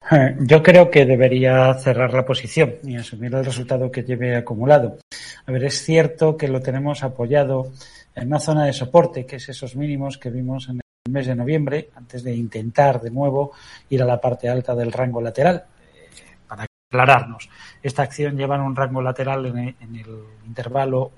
Yo creo que debería cerrar la posición y asumir el resultado que lleve acumulado. A ver, es cierto que lo tenemos apoyado en una zona de soporte, que es esos mínimos que vimos en el mes de noviembre, antes de intentar de nuevo ir a la parte alta del rango lateral. Para aclararnos, esta acción lleva en un rango lateral en el intervalo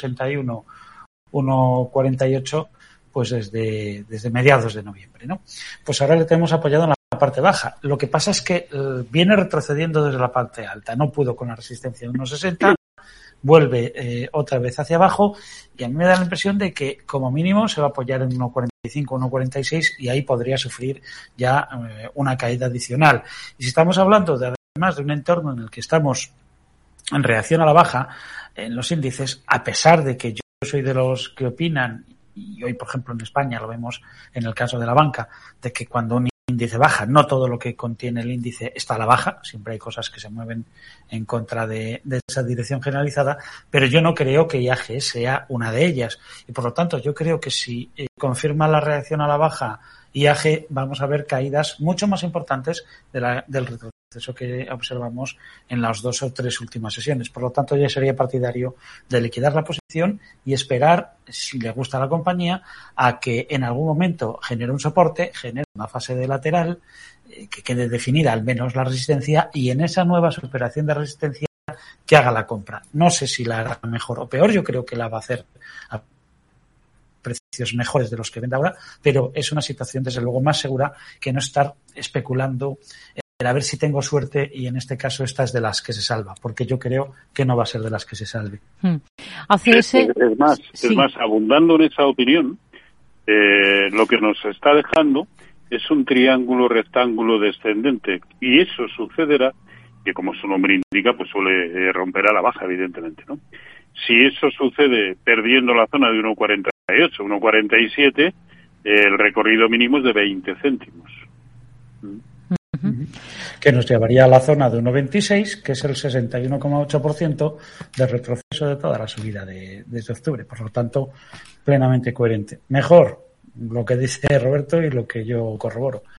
1,61-1,48, pues desde mediados de noviembre, ¿no? Pues ahora le tenemos apoyado en la parte baja. Lo que pasa es que viene retrocediendo desde la parte alta. No pudo con la resistencia de 1,60, vuelve otra vez hacia abajo y a mí me da la impresión de que como mínimo se va a apoyar en 1,45, 1,46 y ahí podría sufrir ya una caída adicional. Y si estamos hablando además de un entorno en el que estamos en reacción a la baja en los índices, a pesar de que yo soy de los que opinan, y hoy por ejemplo en España lo vemos en el caso de la banca, de que cuando un índice baja, no todo lo que contiene el índice está a la baja, siempre hay cosas que se mueven en contra de esa dirección generalizada, pero yo no creo que IAG sea una de ellas y por lo tanto yo creo que si confirma la reacción a la baja IAG, vamos a ver caídas mucho más importantes del retroceso que observamos en las 2 o 3 últimas sesiones. Por lo tanto, yo sería partidario de liquidar la posición y esperar, si le gusta a la compañía, a que en algún momento genere un soporte, genere una fase de lateral, que quede definida al menos la resistencia y en esa nueva superación de resistencia que haga la compra. No sé si la hará mejor o peor, yo creo que la va a hacer a precios mejores de los que vende ahora, pero es una situación desde luego más segura que no estar especulando a ver si tengo suerte y en este caso esta es de las que se salva, porque yo creo que no va a ser de las que se salve. Es más, abundando en esa opinión, lo que nos está dejando es un triángulo rectángulo descendente y eso sucederá, que como su nombre indica, pues suele romper a la baja, evidentemente, ¿no? Si eso sucede perdiendo la zona de 1,48, 1,47, el recorrido mínimo es de 20 céntimos. Que nos llevaría a la zona de 1,26, que es el 61,8% de retroceso de toda la subida desde octubre. Por lo tanto, plenamente coherente. Mejor lo que dice Roberto y lo que yo corroboro.